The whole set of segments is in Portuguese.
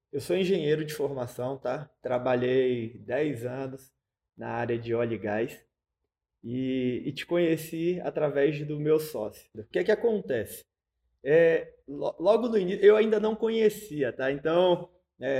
Eu sou engenheiro de formação, tá? Trabalhei 10 anos na área de óleo e gás e te conheci através do meu sócio. O que é que acontece? Logo no início, eu ainda não conhecia, tá? Então,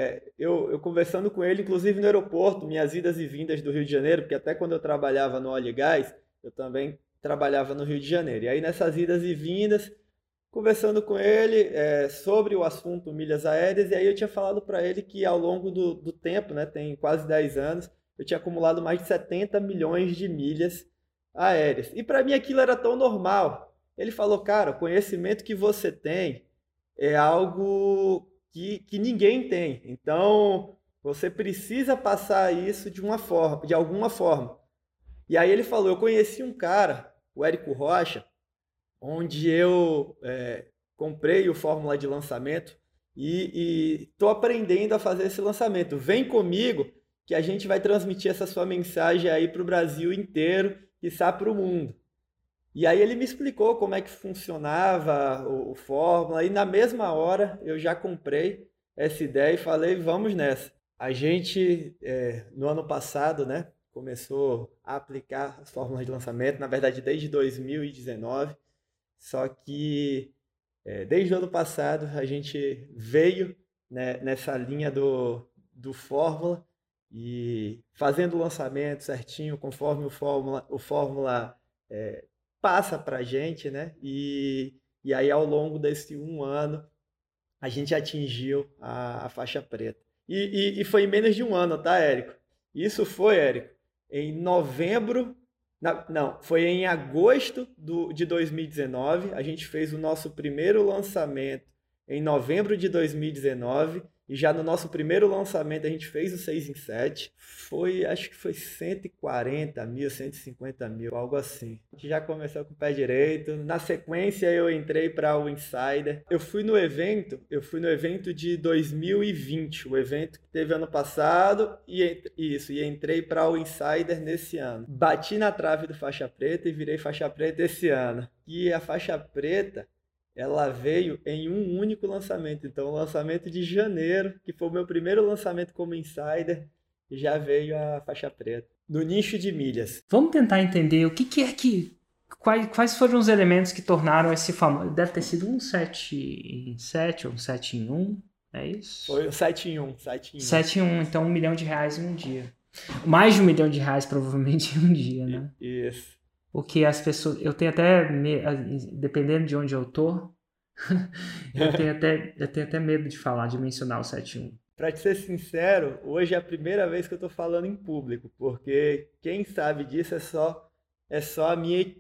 eu conversando com ele, inclusive no aeroporto, minhas idas e vindas do Rio de Janeiro, porque até quando eu trabalhava no óleo e gás, eu também trabalhava no Rio de Janeiro. E aí nessas idas e vindas, conversando com ele sobre o assunto milhas aéreas, e aí eu tinha falado para ele que ao longo do tempo, né, tem quase 10 anos, eu tinha acumulado mais de 70 milhões de milhas aéreas. E para mim aquilo era tão normal. Ele falou, cara, o conhecimento que você tem é algo que ninguém tem. Então, você precisa passar isso de uma forma, de alguma forma. E aí ele falou, eu conheci um cara, o Érico Rocha, onde eu comprei o Fórmula de lançamento e estou aprendendo a fazer esse lançamento. Vem comigo que a gente vai transmitir essa sua mensagem aí para o Brasil inteiro, quiçá para o mundo. E aí ele me explicou como é que funcionava o Fórmula e na mesma hora eu já comprei essa ideia e falei, vamos nessa. A gente, no ano passado, né, começou a aplicar as fórmulas de lançamento, na verdade desde 2019, só que desde o ano passado a gente veio, né, nessa linha do Fórmula e fazendo o lançamento certinho, conforme o Fórmula é, passa para a gente, né? E aí ao longo desse um ano a gente atingiu a faixa preta. E foi em menos de um ano, tá, Érico? Isso foi, Érico, em novembro. Não, foi em agosto de 2019. A gente fez o nosso primeiro lançamento em novembro de 2019. E já no nosso primeiro lançamento a gente fez o 6 em 7. Foi, acho que foi 140 mil, 150 mil, algo assim. A gente já começou com o pé direito. Na sequência eu entrei para o Insider. Eu fui no evento de 2020, o evento que teve ano passado, e entrei para o Insider nesse ano. Bati na trave do faixa preta e virei faixa preta esse ano. E a faixa preta ela veio em um único lançamento. Então, o lançamento de janeiro, que foi o meu primeiro lançamento como insider, já veio a faixa preta. No nicho de milhas. Vamos tentar entender o que é que. Quais foram os elementos que tornaram esse famoso. Deve ter sido um 7 em 7 ou um 7 em um, é isso? Foi o 7 em 1, 7 em 1. 7 em um, então R$ 1 milhão em um dia. Mais de R$ 1 milhão provavelmente em um dia, né? Isso. Porque as pessoas. Eu tenho até. Dependendo de onde eu tô, eu tenho até medo de falar, de mencionar o 7 em um. Para te ser sincero, hoje é a primeira vez que eu estou falando em público, porque quem sabe disso é só a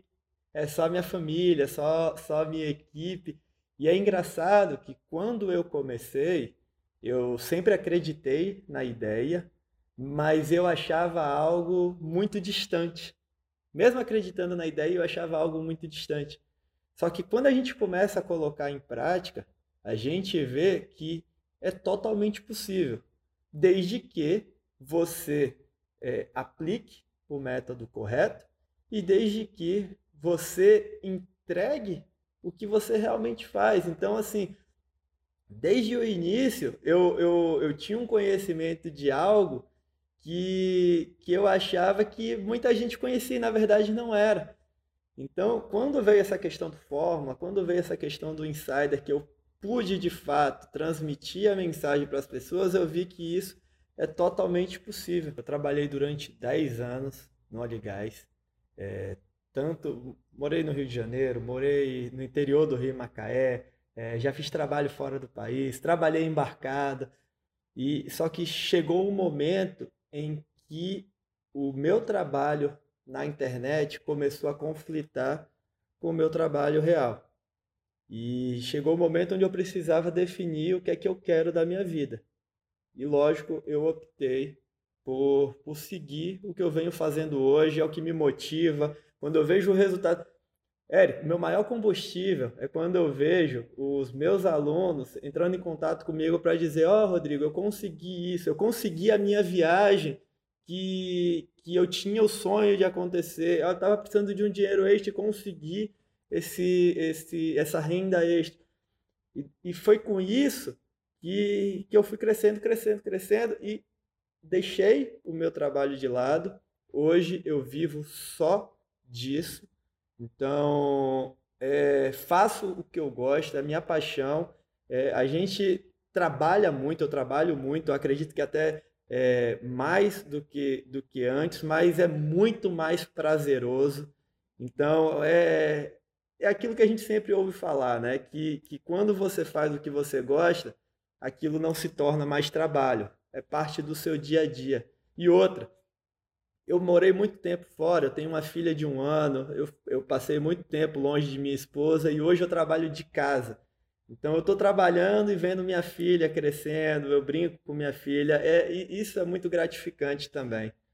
minha família, só a minha equipe. E é engraçado que quando eu comecei, eu sempre acreditei na ideia, mas eu achava algo muito distante. Mesmo acreditando na ideia, eu achava algo muito distante. Só que quando a gente começa a colocar em prática, a gente vê que é totalmente possível, desde que você aplique o método correto e desde que você entregue o que você realmente faz. Então, assim, desde o início, eu tinha um conhecimento de algo que eu achava que muita gente conhecia e na verdade não era. Então, quando veio essa questão do Fórmula, quando veio essa questão do Insider, que eu pude de fato transmitir a mensagem para as pessoas, eu vi que isso é totalmente possível. Eu trabalhei durante 10 anos no óleo e gás, tanto morei no Rio de Janeiro, morei no interior do Rio, em Macaé, já fiz trabalho fora do país, trabalhei embarcado, e só que chegou um momento em que o meu trabalho na internet começou a conflitar com o meu trabalho real. E chegou o momento onde eu precisava definir o que é que eu quero da minha vida. E lógico, eu optei por seguir o que eu venho fazendo hoje, é o que me motiva. Quando eu vejo o resultado. Érico, meu maior combustível é quando eu vejo os meus alunos entrando em contato comigo para dizer: Ó, Rodrigo, eu consegui isso, eu consegui a minha viagem que eu tinha o sonho de acontecer, eu estava precisando de um dinheiro extra e consegui essa renda extra. E foi com isso que eu fui crescendo, crescendo, crescendo e deixei o meu trabalho de lado. Hoje eu vivo só disso. Então, faço o que eu gosto, é a minha paixão. A gente trabalha muito, eu trabalho muito, eu acredito que até mais do que antes, mas é muito mais prazeroso. Então, é aquilo que a gente sempre ouve falar, né? Que quando você faz o que você gosta, aquilo não se torna mais trabalho, é parte do seu dia a dia. E outra, eu morei muito tempo fora, eu tenho uma filha de 1 ano, eu passei muito tempo longe de minha esposa e hoje eu trabalho de casa. Então eu estou trabalhando e vendo minha filha crescendo, eu brinco com minha filha, e isso é muito gratificante também.